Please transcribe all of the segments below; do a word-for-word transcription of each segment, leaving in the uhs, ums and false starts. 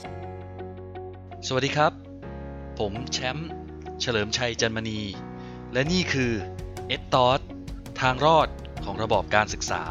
สวัสดีครับผมแชมป์เฉลิมชัยจันมณีและนี่คือ Ed Talk ทางรอดของระบอบการศึกษา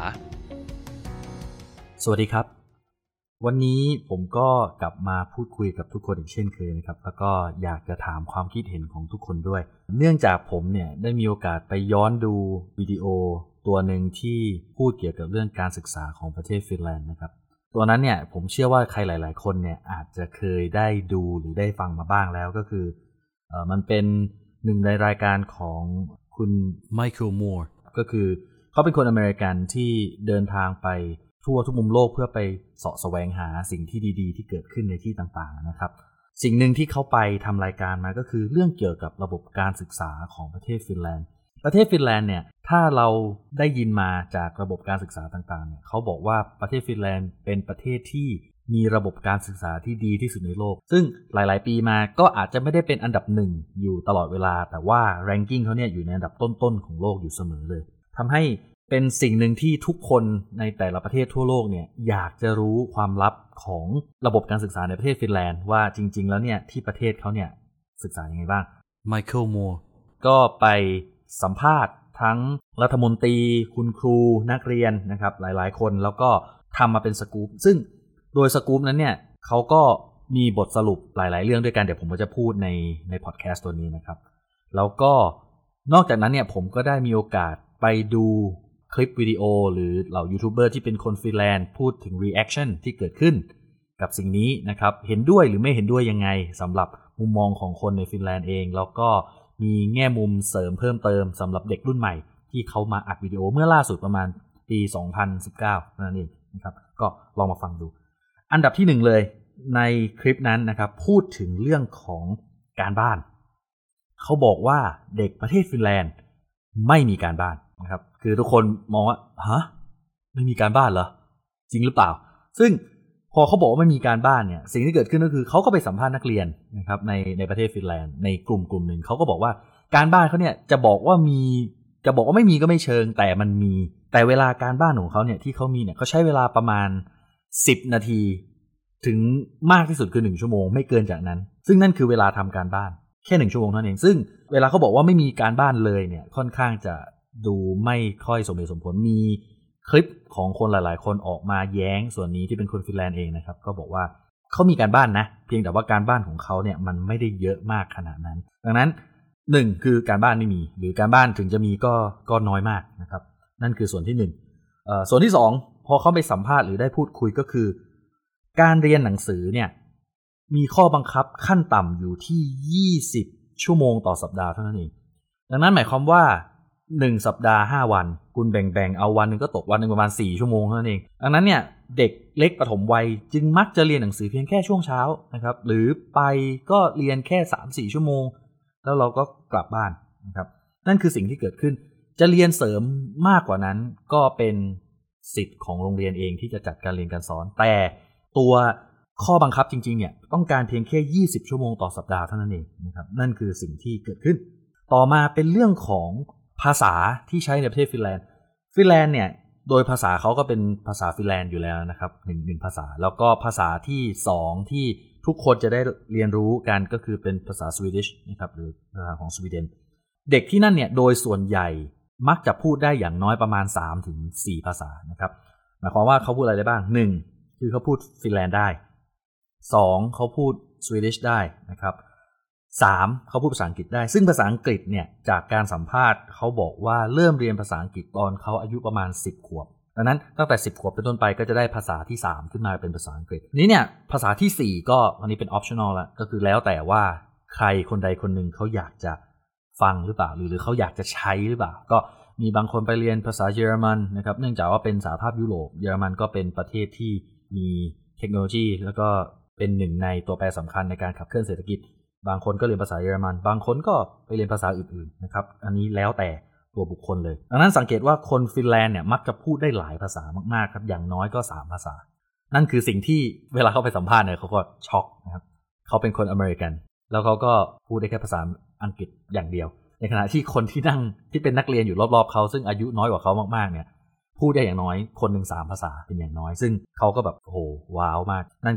สวัสดีครับวันนี้ผมก็กลับมาพูดคุยกับทุกคนอีกเช่นเคยนะครับแล้วก็อยากจะถามความคิดเห็นของทุกคนด้วยเนื่องจากผมเนี่ยได้มีโอกาสไปย้อนดูวิดีโอตัวหนึ่งที่พูดเกี่ยวกับเรื่องการศึกษาของประเทศฟินแลนด์นะครับตัวนั้นเนี่ยผมเชื่อว่าใครหลายๆคนเนี่ยอาจจะเคยได้ดูหรือได้ฟังมาบ้างแล้วก็คือเอ่อมันเป็นหนึ่งในรายการของคุณไมเคิลมัวร์ก็คือเขาเป็นคนอเมริกันที่เดินทางไปทั่วทุกมุมโลกเพื่อไปเสาะแสวงหาสิ่งที่ดีๆที่เกิดขึ้นในที่ต่างๆนะครับสิ่งหนึ่งที่เขาไปทำรายการมาก็คือเรื่องเกี่ยวกับระบบการศึกษาของประเทศฟินแลนด์ประเทศฟินแลนด์เนี่ยถ้าเราได้ยินมาจากระบบการศึกษาต่างๆเนี่ยเขาบอกว่าประเทศฟินแลนด์เป็นประเทศที่มีระบบการศึกษาที่ดีที่สุดในโลกซึ่งหลายๆปีมาก็อาจจะไม่ได้เป็นอันดับหนึ่งอยู่ตลอดเวลาแต่ว่า ranking เขาเนี่ยอยู่ในอันดับต้นๆของโลกอยู่เสมอเลยทำให้เป็นสิ่งหนึ่งที่ทุกคนในแต่ละประเทศทั่วโลกเนี่ยอยากจะรู้ความลับของระบบการศึกษาในประเทศฟินแลนด์ว่าจริงๆแล้วเนี่ยที่ประเทศเขาเนี่ยศึกษายังไงบ้างไมเคิลมัวร์ก็ไปสัมภาษณ์ทั้งรัฐมนตรีคุณครูนักเรียนนะครับหลายๆคนแล้วก็ทำมาเป็นสกู๊ปซึ่งโดยสกู๊ปนั้นเนี่ยเขาก็มีบทสรุปหลายๆเรื่องด้วยกันเดี๋ยวผมก็จะพูดในในพอดแคสต์ตัวนี้นะครับแล้วก็นอกจากนั้นเนี่ยผมก็ได้มีโอกาสไปดูคลิปวิดีโอหรือเหล่ายูทูบเบอร์ที่เป็นคนฟินแลนด์พูดถึง reaction ที่เกิดขึ้นกับสิ่งนี้นะครับเห็นด้วยหรือไม่เห็นด้วยยังไงสำหรับมุมมองของคนในฟินแลนด์เองแล้วก็มีแง่มุมเสริมเพิ่มเติมสำหรับเด็กรุ่นใหม่ที่เขามาอัดวิดีโอเมื่อล่าสุดประมาณปีสองพันสิบเก้านั่นเองนะครับก็ลองมาฟังดูอันดับที่หนึ่งเลยในคลิปนั้นนะครับพูดถึงเรื่องของการบ้านเขาบอกว่าเด็กประเทศฟินแลนด์ไม่มีการบ้านนะครับคือทุกคนมองว่าฮะไม่มีการบ้านเหรอจริงหรือเปล่าซึ่งพอเขาบอกว่าไม่มีการบ้านเนี่ยสิ่งที่เกิดขึ้นก็คือเขาก็ไปสัมภาษณ์นักเรียนนะครับในในประเทศฟินแลนด์ในกลุ่มกลุ่มหนึ่งเขาก็บอกว่าการบ้านเขาเนี่ยจะบอกว่ามีจะบอกว่าไม่มีก็ไม่เชิงแต่มันมีแต่เวลาการบ้านของเขาเนี่ยที่เขามีเนี่ยเขาใช้เวลาประมาณสิบนาทีถึงมากที่สุดคือหนึ่งชั่วโมงไม่เกินจากนั้นซึ่งนั่นคือเวลาทำการบ้านแค่หนึ่งชั่วโมงเท่านั้นเองซึ่งเวลาเขาบอกว่าไม่มีการบ้านเลยเนี่ยค่อนข้างจะดูไม่ค่อยสมเหตุสมผลมีคลิปของคนหลายๆคนออกมาแย้งส่วนนี้ที่เป็นคนฟินแลนด์เองนะครับก็บอกว่าเขามีการบ้านนะเพียงแต่ว่าการบ้านของเขาเนี่ยมันไม่ได้เยอะมากขนาดนั้นดังนั้นหนึ่งคือการบ้านไม่มีหรือการบ้านถึงจะมีก็ก็น้อยมากนะครับนั่นคือส่วนที่หนึ่งเอ่อส่วนที่สองพอเขาไปสัมภาษณ์หรือได้พูดคุยก็คือการเรียนหนังสือเนี่ยมีข้อบังคับขั้นต่ำอยู่ที่ยี่สิบชั่วโมงต่อสัปดาห์เท่านั้นเองดังนั้นหมายความว่าหนึ่งสัปดาห์ห้าวันคุณแบ่งๆเอาวันนึงก็ตกวันนึงประมาณสี่ชั่วโมงเท่านั้นเองดังนั้นเนี่ยเด็กเล็กประถมวัยจึงมักจะเรียนหนังสือเพียงแค่ช่วงเช้านะครับหรือไปก็เรียนแค่ สามถึงสี่ ชั่วโมงแล้วเราก็กลับบ้านนะครับนั่นคือสิ่งที่เกิดขึ้นจะเรียนเสริมมากกว่านั้นก็เป็นสิทธิ์ของโรงเรียนเองที่จะจัดการเรียนการสอนแต่ตัวข้อบังคับจริงๆเนี่ยต้องการเพียงแค่ยี่สิบชั่วโมงต่อสัปดาห์เท่านั้นเองนะครับนั่นคือสิ่งที่เกิดขึ้นต่อมาเป็นเรื่องของภาษาที่ใช้ในประเทศฟินแลนด์ฟินแลนด์เนี่ยโดยภาษาเขาก็เป็นภาษาฟินแลนด์อยู่แล้วนะครับหนึ่งหนึ่งภาษาแล้วก็ภาษาที่สองที่ทุกคนจะได้เรียนรู้กันก็คือเป็นภาษาสวีดิชนะครับหรือภาษาของสวีเดนเด็กที่นั่นเนี่ยโดยส่วนใหญ่มักจะพูดได้อย่างน้อยประมาณ สามถึงสี่ ภาษานะครับหมายความว่าเขาพูดอะไรได้บ้างหนึ่งคือเขาพูดฟินแลนด์ได้สองเขาพูดสวีดิชได้นะครับสามเขาพูดภาษาอังกฤษได้ซึ่งภาษาอังกฤษเนี่ยจากการสัมภาษณ์เขาบอกว่าเริ่มเรียนภาษาอังกฤษตอนเขาอายุประมาณสิบขวบดังนั้นตั้งแต่สิบขวบเป็นต้นไปก็จะได้ภาษาที่สามขึ้นมาเป็นภาษาอังกฤษนี้เนี่ยภาษาที่สี่ก็อันนี้เป็น optional ละก็คือแล้วแต่ว่าใครคนใดคนหนึ่งเขาอยากจะฟังหรือเปล่าหรือหรือเขาอยากจะใช้หรือเปล่าก็มีบางคนไปเรียนภาษาเยอรมันนะครับเนื่องจากว่าเป็นสหภาพยุโรปเยอรมันก็เป็นประเทศที่มีเทคโนโลยีแล้วก็เป็นหนึ่งในตัวแปรสำคัญในการขับเคลื่อนเศรษฐกิจบางคนก็เรียนภาษาเยอรมันบางคนก็ไปเรียนภาษาอื่นๆนะครับอันนี้แล้วแต่ตัวบุคคลเลยดังนั้นสังเกตว่าคนฟินแลนด์เนี่ยมักจะพูดได้หลายภาษามากๆครับอย่างน้อยก็สามภาษานั่นคือสิ่งที่เวลาเข้าไปสัมภาษณ์เนี่ยเขาก็ช็อกนะครับเขาเป็นคนอเมริกันแล้วเขาก็พูดได้แค่ภาษาอังกฤษอย่างเดียวในขณะที่คนที่นั่งที่เป็นนักเรียนอยู่รอบๆเขาซึ่งอายุน้อยกว่าเขามากๆเนี่ยพูดได้อย่างน้อยคนหนึ่งสามภาษาเป็นอย่างน้อยซึ่งเขาก็แบบโอ้โหว้าวมากนั่นคือ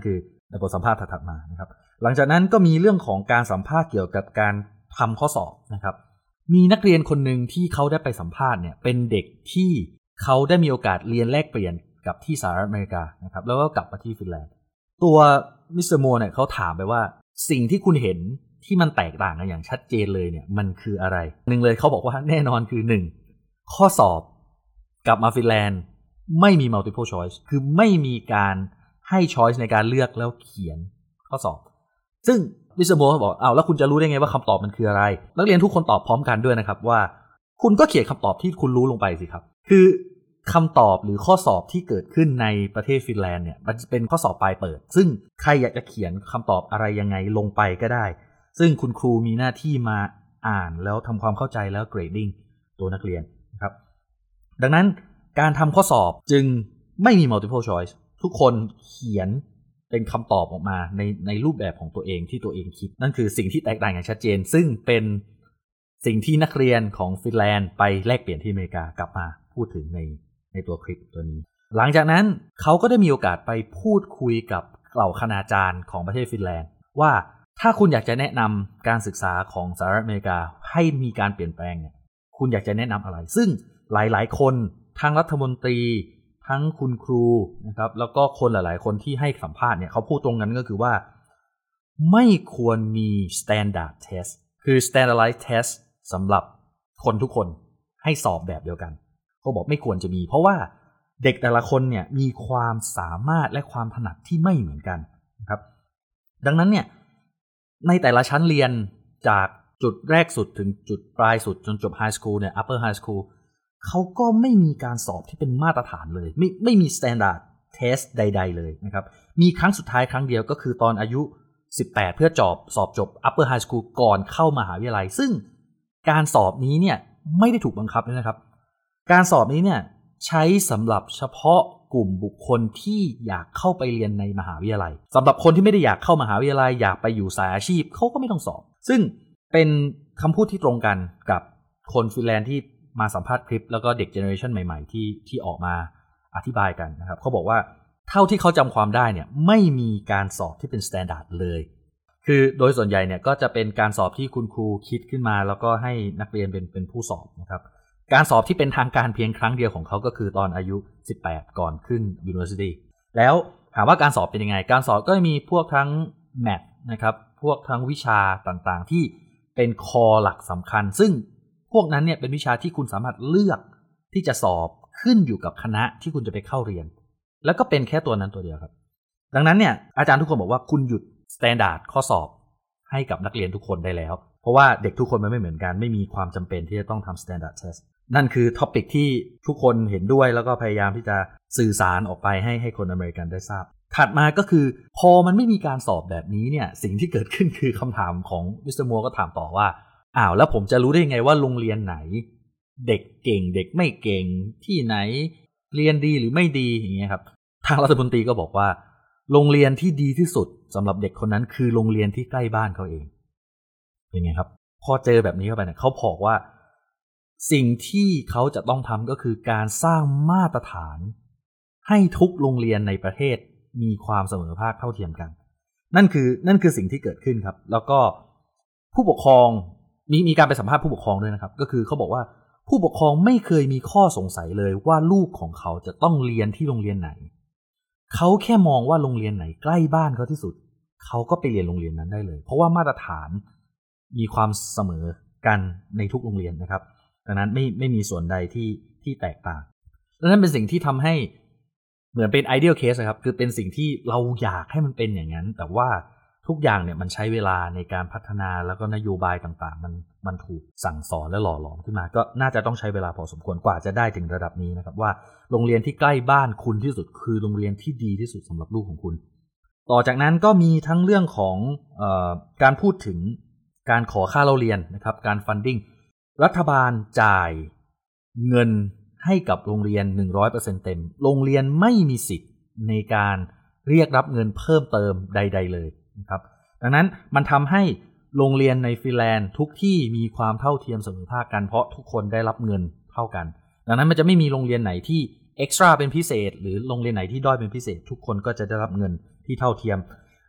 ในบทสัมภาษณ์ถัดๆมานะครับหลังจากนั้นก็มีเรื่องของการสัมภาษณ์เกี่ยวกับการทำข้อสอบนะครับมีนักเรียนคนหนึ่งที่เขาได้ไปสัมภาษณ์เนี่ยเป็นเด็กที่เขาได้มีโอกาสเรียนแลกเปลี่ยนกับที่สหรัฐอเมริกานะครับแล้วก็กลับมาที่ฟินแลนด์ตัวมิสเตอร์มัวร์เนี่ยเขาถามไปว่าสิ่งที่คุณเห็นที่มันแตกต่างกันอย่างชัดเจนเลยเนี่ยมันคืออะไรหนึ่งเลยเขาบอกว่าแน่นอนคือหนึ่งข้อสอบกลับมาฟินแลนด์ไม่มี multiple choice คือไม่มีการให้ choice ในการเลือกแล้วเขียนข้อสอบซึ่งมิสเตอร์มัวร์บอกอ้าวแล้วคุณจะรู้ได้ไงว่าคำตอบมันคืออะไรนักเรียนทุกคนตอบพร้อมกันด้วยนะครับว่าคุณก็เขียนคำตอบที่คุณรู้ลงไปสิครับคือคำตอบหรือข้อสอบที่เกิดขึ้นในประเทศฟินแลนด์เนี่ยมันเป็นข้อสอบปลายเปิดซึ่งใครอยากจะเขียนคำตอบอะไรยังไงลงไปก็ได้ซึ่งคุณครูมีหน้าที่มาอ่านแล้วทำความเข้าใจแล้ว grading ตัวนักเรียนนะครับดังนั้นการทำข้อสอบจึงไม่มี multiple choice ทุกคนเขียนเป็นคำตอบออกมาในในรูปแบบของตัวเองที่ตัวเองคิดนั่นคือสิ่งที่แตกต่างอย่างชัดเจนซึ่งเป็นสิ่งที่นักเรียนของฟินแลนด์ไปแลกเปลี่ยนที่อเมริกากลับมาพูดถึงในในตัวคลิปตัวนี้หลังจากนั้นเขาก็ได้มีโอกาสไปพูดคุยกับเหล่าคณาจารย์ของประเทศฟินแลนด์ว่าถ้าคุณอยากจะแนะนำการศึกษาของสหรัฐอเมริกาให้มีการเปลี่ยนแปลงเนี่ยคุณอยากจะแนะนำอะไรซึ่งหลายๆคนทั้งรัฐมนตรีทั้งคุณครูนะครับแล้วก็คนหลายๆคนที่ให้สัมภาษณ์เนี่ยเขาพูดตรงกันก็คือว่าไม่ควรมี standard test คือ standardized test สำหรับคนทุกคนให้สอบแบบเดียวกันเขาบอกไม่ควรจะมีเพราะว่าเด็กแต่ละคนเนี่ยมีความสามารถและความถนัดที่ไม่เหมือนกันนะครับดังนั้นเนี่ยในแต่ละชั้นเรียนจากจุดแรกสุดถึงจุดปลายสุดจนจบไฮสคูลเนี่ย upper high school เขาก็ไม่มีการสอบที่เป็นมาตรฐานเลยไม่ไม่มี standard test ใดๆเลยนะครับมีครั้งสุดท้ายครั้งเดียวก็คือตอนอายุสิบแปดเพื่อจบสอบจบ upper high school ก่อนเข้ามหาวิทยาลัยซึ่งการสอบนี้เนี่ยไม่ได้ถูกบังคับเลยนะครับการสอบนี้เนี่ยใช้สำหรับเฉพาะกลุ่มบุคคลที่อยากเข้าไปเรียนในมหาวิทยาลัยสำหรับคนที่ไม่ได้อยากเข้ามหาวิทยาลัยอยากไปอยู่สายอาชีพเขาก็ไม่ต้องสอบซึ่งเป็นคำพูดที่ตรงกันกับคนฟินแลนด์ที่มาสัมภาษณ์คลิปแล้วก็เด็กเจเนอเรชันใหม่ๆที่ที่ออกมาอธิบายกันนะครับเขาบอกว่าเท่าที่เขาจำความได้เนี่ยไม่มีการสอบที่เป็นสแตนดาร์ดเลยคือโดยส่วนใหญ่เนี่ยก็จะเป็นการสอบที่คุณครูคิดขึ้นมาแล้วก็ให้นักเรียนเป็นเป็นผู้สอบนะครับการสอบที่เป็นทางการเพียงครั้งเดียวของเขาก็คือตอนอายุสิบแปดก่อนขึ้น University แล้วถามว่าการสอบเป็นยังไงการสอบก็มีพวกทั้ง Math นะครับพวกทั้งวิชาต่างๆที่เป็นคอหลักสำคัญซึ่งพวกนั้นเนี่ยเป็นวิชาที่คุณสามารถเลือกที่จะสอบขึ้นอยู่กับคณะที่คุณจะไปเข้าเรียนแล้วก็เป็นแค่ตัวนั้นตัวเดียวครับดังนั้นเนี่ยอาจารย์ทุกคนบอกว่าคุณหยุด standard ข้อสอบให้กับนักเรียนทุกคนได้แล้วเพราะว่าเด็กทุกคนมันไม่เหมือนกันไม่มีความจำเป็นที่จะต้องทำ standard test นั่นคือท็อปิกที่ทุกคนเห็นด้วยแล้วก็พยายามที่จะสื่อสารออกไปให้ให้คนอเมริกันได้ทราบถัดมาก็คือพอมันไม่มีการสอบแบบนี้เนี่ยสิ่งที่เกิดขึ้นคือคำถามของมิสเตอร์มัวร์ก็ถามต่อว่าอ้าวแล้วผมจะรู้ได้ยังไงว่าโรงเรียนไหนเด็กเก่งเด็กไม่เก่งที่ไหนเรียนดีหรือไม่ดีอย่างเงี้ยครับทางรัฐมนตรีก็บอกว่าโรงเรียนที่ดีที่สุดสำหรับเด็กคนนั้นคือโรงเรียนที่ใกล้บ้านเขาเองเป็นไงครับพอเจอแบบนี้เข้าไปเนี่ยเขาบอกว่าสิ่งที่เขาจะต้องทำก็คือการสร้างมาตรฐานให้ทุกโรงเรียนในประเทศมีความเสมอภาคเท่าเทียมกันนั่นคือนั่นคือสิ่งที่เกิดขึ้นครับแล้วก็ผู้ปกครองมีมีการไปสัมภาษณ์ผู้ปกครองด้วยนะครับก็คือเขาบอกว่าผู้ปกครองไม่เคยมีข้อสงสัยเลยว่าลูกของเขาจะต้องเรียนที่โรงเรียนไหนเขาแค่มองว่าโรงเรียนไหนใกล้บ้านเขาที่สุดเขาก็ไปเรียนโรงเรียนนั้นได้เลยเพราะว่ามาตรฐานมีความเสมอกันในทุกโรงเรียนนะครับดังนั้นไม่ไม่มีส่วนใดที่ที่แตกต่างดังนั้นเป็นสิ่งที่ทำให้เหมือนเป็น ideal case นะครับคือเป็นสิ่งที่เราอยากให้มันเป็นอย่างนั้นแต่ว่าทุกอย่างเนี่ยมันใช้เวลาในการพัฒนาแล้วก็นโยบายต่างๆมันมันถูกสั่งสอนและหล่อหลอมขึ้นมาก็น่าจะต้องใช้เวลาพอสมควรกว่าจะได้ถึงระดับนี้นะครับว่าโรงเรียนที่ใกล้บ้านคุณที่สุดคือโรงเรียนที่ดีที่สุดสำหรับลูกของคุณต่อจากนั้นก็มีทั้งเรื่องของเอ่อการพูดถึงการขอค่าเล่าเรียนนะครับการ funding รัฐบาลจ่ายเงินให้กับโรงเรียน หนึ่งร้อยเปอร์เซ็นต์ เต็มโรงเรียนไม่มีสิทธิ์ในการเรียกรับเงินเพิ่มเติมใดๆเลยนะครับดังนั้นมันทำให้โรงเรียนในฟินแลนด์ทุกที่มีความเท่าเทียมเสมอภาคกันเพราะทุกคนได้รับเงินเท่ากันดังนั้นมันจะไม่มีโรงเรียนไหนที่เอ็กซ์ตร้าเป็นพิเศษหรือโรงเรียนไหนที่ด้อยเป็นพิเศษทุกคนก็จะได้รับเงินที่เท่าเทียม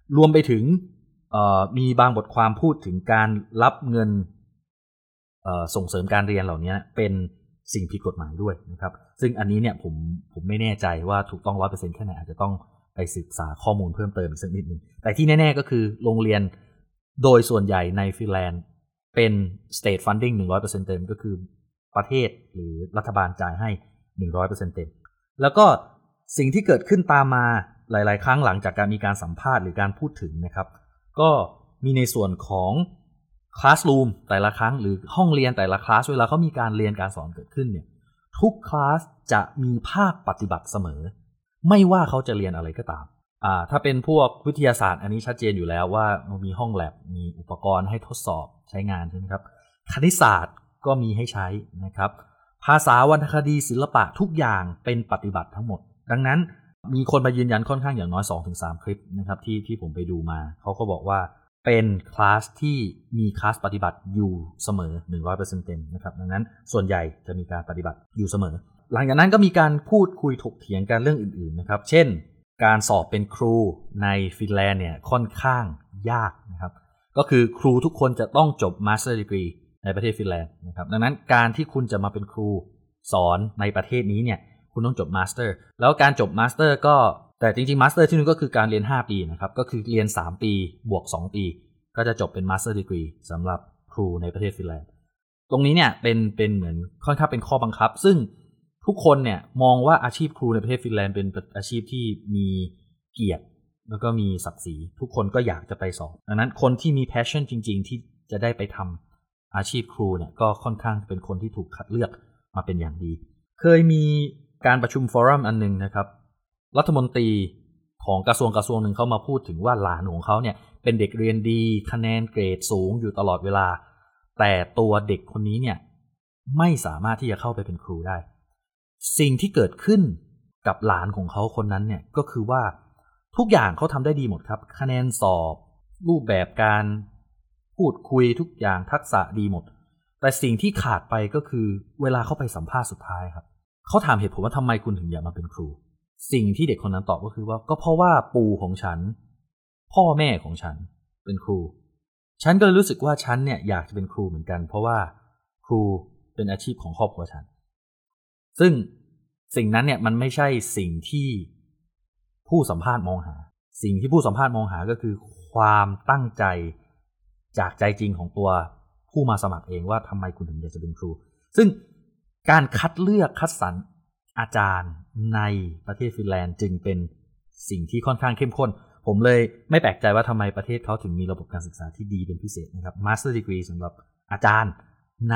รวมไปถึงมีบางบทความพูดถึงการรับเงินส่งเสริมการเรียนเหล่านี้เป็นสิ่งผิดกฎหมายด้วยนะครับซึ่งอันนี้เนี่ยผมผมไม่แน่ใจว่าถูกต้อง ร้อยเปอร์เซ็นต์ แค่ไหนอาจจะต้องไปศึกษาข้อมูลเพิ่มเติมสักนิดนึงแต่ที่แน่ๆก็คือโรงเรียนโดยส่วนใหญ่ในฟินแลนด์เป็น state funding หนึ่งร้อยเปอร์เซ็นต์ เต็มก็คือประเทศหรือรัฐบาลจ่ายให้ หนึ่งร้อยเปอร์เซ็นต์ เต็มแล้วก็สิ่งที่เกิดขึ้นตามมาหลายๆครั้งหลังจากการมีการสัมภาษณ์หรือการพูดถึงนะครับก็มีในส่วนของคลาสรูมแต่ละครั้งหรือห้องเรียนแต่ละคลาสเวลาเขามีการเรียนการสอนเกิดขึ้นเนี่ยทุกคลาสจะมีภาคปฏิบัติเสมอไม่ว่าเขาจะเรียนอะไรก็ตามอ่าถ้าเป็นพวกวิทยาศาสตร์อันนี้ชัดเจนอยู่แล้วว่ามีห้องแลบมีอุปกรณ์ให้ทดสอบใช้งานใช่ไหมครับคณิตศาสตร์ก็มีให้ใช้นะครับภาษาวรรณคดีศิลปะทุกอย่างเป็นปฏิบัติทั้งหมดดังนั้นมีคนมายืนยันค่อนข้างอย่างน้อย สองถึงสาม คลิปนะครับที่ที่ผมไปดูมาเขาก็บอกว่าเป็นคลาสที่มีคลาสปฏิบัติอยู่เสมอ หนึ่งร้อยเปอร์เซ็นต์ เต็มนะครับดังนั้นส่วนใหญ่จะมีการปฏิบัติอยู่เสมอหลังจากนั้นก็มีการพูดคุยถกเถียงกันเรื่องอื่นๆนะครับเช่นการสอบเป็นครูในฟินแลนด์เนี่ยค่อนข้างยากนะครับก็คือครูทุกคนจะต้องจบ Master Degree ในประเทศฟินแลนด์นะครับดังนั้นการที่คุณจะมาเป็นครูสอนในประเทศนี้เนี่ยคุณต้องจบ Master แล้วการจบ Master ก็แต่จริงๆ Master ที่นึงก็คือการเรียนห้าปีนะครับก็คือเรียนสามปีบวกสองปีก็จะจบเป็น Master Degree สำหรับครูในประเทศฟินแลนด์ตรงนี้เนี่ยเป็นเป็นเหมือนค่อนข้างเป็นข้อบังคับซึ่งทุกคนเนี่ยมองว่าอาชีพครูในประเทศฟินแลนด์เป็นอาชีพที่มีเกียรติแล้วก็มีศักดิ์ศรีทุกคนก็อยากจะไปสอนดังนั้นคนที่มี passion จริงๆที่จะได้ไปทำอาชีพครูเนี่ยก็ค่อนข้างเป็นคนที่ถูกคัดเลือกมาเป็นอย่างดีเคยมีการประชุมฟอรัมอันนึงนะครับรัฐมนตรีของกระทรวงกระทรวงหนึ่งเขามาพูดถึงว่าหลานของเขาเนี่ยเป็นเด็กเรียนดีคะแนนเกรดสูงอยู่ตลอดเวลาแต่ตัวเด็กคนนี้เนี่ยไม่สามารถที่จะเข้าไปเป็นครูได้สิ่งที่เกิดขึ้นกับหลานของเขาคนนั้นเนี่ยก็คือว่าทุกอย่างเขาทำได้ดีหมดครับคะแนนสอบรูปแบบการพูดคุยทุกอย่างทักษะดีหมดแต่สิ่งที่ขาดไปก็คือเวลาเขาไปสัมภาษณ์สุดท้ายครับเขาถามเหตุผลว่าทำไมคุณถึงอยากมาเป็นครูสิ่งที่เด็กคนนั้นตอบก็คือว่าก็เพราะว่าปู่ของฉันพ่อแม่ของฉันเป็นครูฉันก็เลยรู้สึกว่าฉันเนี่ยอยากจะเป็นครูเหมือนกันเพราะว่าครูเป็นอาชีพของครอบครัวฉันซึ่งสิ่งนั้นเนี่ยมันไม่ใช่สิ่งที่ผู้สัมภาษณ์มองหาสิ่งที่ผู้สัมภาษณ์มองหาก็คือความตั้งใจจากใจจริงของตัวผู้มาสมัครเองว่าทำไมคุณถึงอยากจะเป็นครูซึ่งการคัดเลือกคัดสรรอาจารย์ในประเทศฟินแลนด์จึงเป็นสิ่งที่ค่อนข้างเข้มข้นผมเลยไม่แปลกใจว่าทำไมประเทศเขาถึงมีระบบการศึกษาที่ดีเป็นพิเศษนะครับ Master Degree สำหรับอาจารย์ใน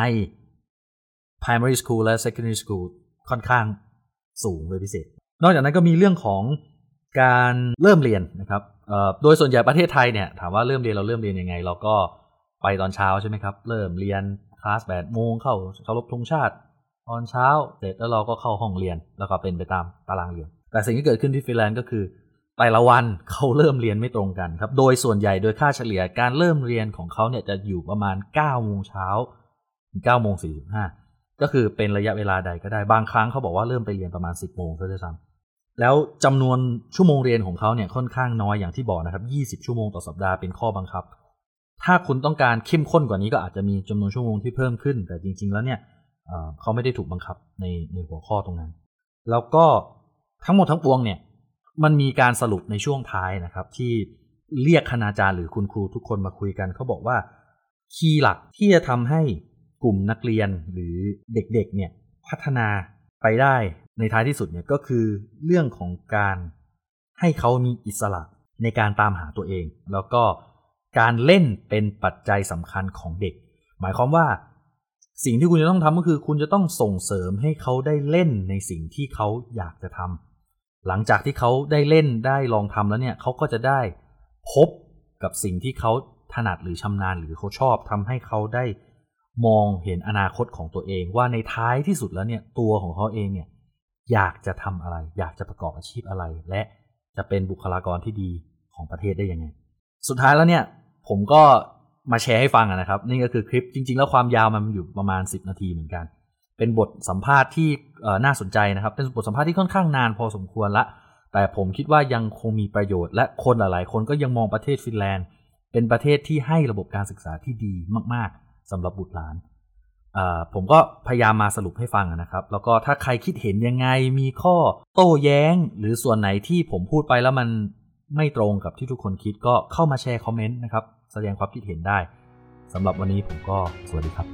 Primary School และ Secondary School ค่อนข้างสูงเลยพิเศษนอกจากนั้นก็มีเรื่องของการเริ่มเรียนนะครับโดยส่วนใหญ่ประเทศไทยเนี่ยถามว่าเริ่มเรียนเราเริ่มเรียนยังไงเราก็ไปตอนเช้าใช่ไหมครับเริ่มเรียนคลาสแปดโมงเข้าเคารพธงชาติตอนเช้าเสร็จแล้วเราก็เข้าห้องเรียนแล้วก็เป็นไปตามตารางเรียนแต่สิ่งที่เกิดขึ้นที่ฟินแลนด์ก็คือแต่ละวันเขาเริ่มเรียนไม่ตรงกันครับโดยส่วนใหญ่โดยค่าเฉลี่ยการเริ่มเรียนของเขาเนี่ยจะอยู่ประมาณ เก้าโมงเช้าถึง เก้าโมงสี่สิบห้า ก็คือเป็นระยะเวลาใดก็ได้บางครั้งเขาบอกว่าเริ่มไปเรียนประมาณ สิบโมงซะด้วยซ้ำแล้วจำนวนชั่วโมงเรียนของเขาเนี่ยค่อนข้างน้อยอย่างที่บอกนะครับยี่สิบชั่วโมงต่อสัปดาห์เป็นข้อบังคับถ้าคุณต้องการเข้มข้นกว่านี้ก็อาจจะมีจำนวนชั่วโมงที่เพิ่มขึ้นแต่จริงๆแล้วเนี่ยเขาไม่ได้ถูกบังคับในในหัวข้อตรงนั้นแล้วก็ทั้งหมดทั้งปวงเนี่ยมันมีการสรุปในช่วงท้ายนะครับที่เรียกคณาจารย์หรือคุณครูทุกคนมาคุยกันเขาบอกว่าคีย์หลักที่จะทำให้กลุ่มนักเรียนหรือเด็กๆเนี่ยพัฒนาไปได้ในท้ายที่สุดเนี่ยก็คือเรื่องของการให้เขามีอิสระในการตามหาตัวเองแล้วก็การเล่นเป็นปัจจัยสำคัญของเด็กหมายความว่าสิ่งที่คุณจะต้องทำก็คือคุณจะต้องส่งเสริมให้เขาได้เล่นในสิ่งที่เขาอยากจะทำหลังจากที่เขาได้เล่นได้ลองทำแล้วเนี่ยเขาก็จะได้พบกับสิ่งที่เขาถนัดหรือชำนาญหรือเขาชอบทำให้เขาได้มองเห็นอนาคตของตัวเองว่าในท้ายที่สุดแล้วเนี่ยตัวของเขาเองเนี่ยอยากจะทำอะไรอยากจะประกอบอาชีพอะไรและจะเป็นบุคลากรที่ดีของประเทศได้ยังไงสุดท้ายแล้วเนี่ยผมก็มาแชร์ให้ฟังนะครับนี่ก็คือคลิปจริงๆแล้วความยาวมันอยู่ประมาณสิบนาทีเหมือนกันเป็นบทสัมภาษณ์ที่น่าสนใจนะครับเป็นบทสัมภาษณ์ที่ค่อนข้างนานพอสมควรละแต่ผมคิดว่ายังคงมีประโยชน์และคนหลายๆคนก็ยังมองประเทศฟินแลนด์เป็นประเทศที่ให้ระบบการศึกษาที่ดีมากๆสำหรับบุตรหลานผมก็พยายามมาสรุปให้ฟังนะครับแล้วก็ถ้าใครคิดเห็นยังไงมีข้อโต้แย้งหรือส่วนไหนที่ผมพูดไปแล้วมันไม่ตรงกับที่ทุกคนคิดก็เข้ามาแชร์คอมเมนต์นะครับแสดงความคิดเห็นได้สำหรับวันนี้ผมก็สวัสดีครับ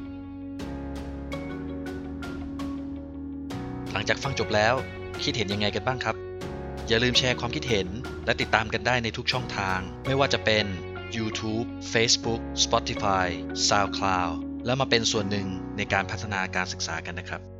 หลังจากฟังจบแล้วคิดเห็นยังไงกันบ้างครับอย่าลืมแชร์ความคิดเห็นและติดตามกันได้ในทุกช่องทางไม่ว่าจะเป็น YouTube Facebook Spotify SoundCloud แล้วมาเป็นส่วนหนึ่งในการพัฒนาการศึกษากันนะครับ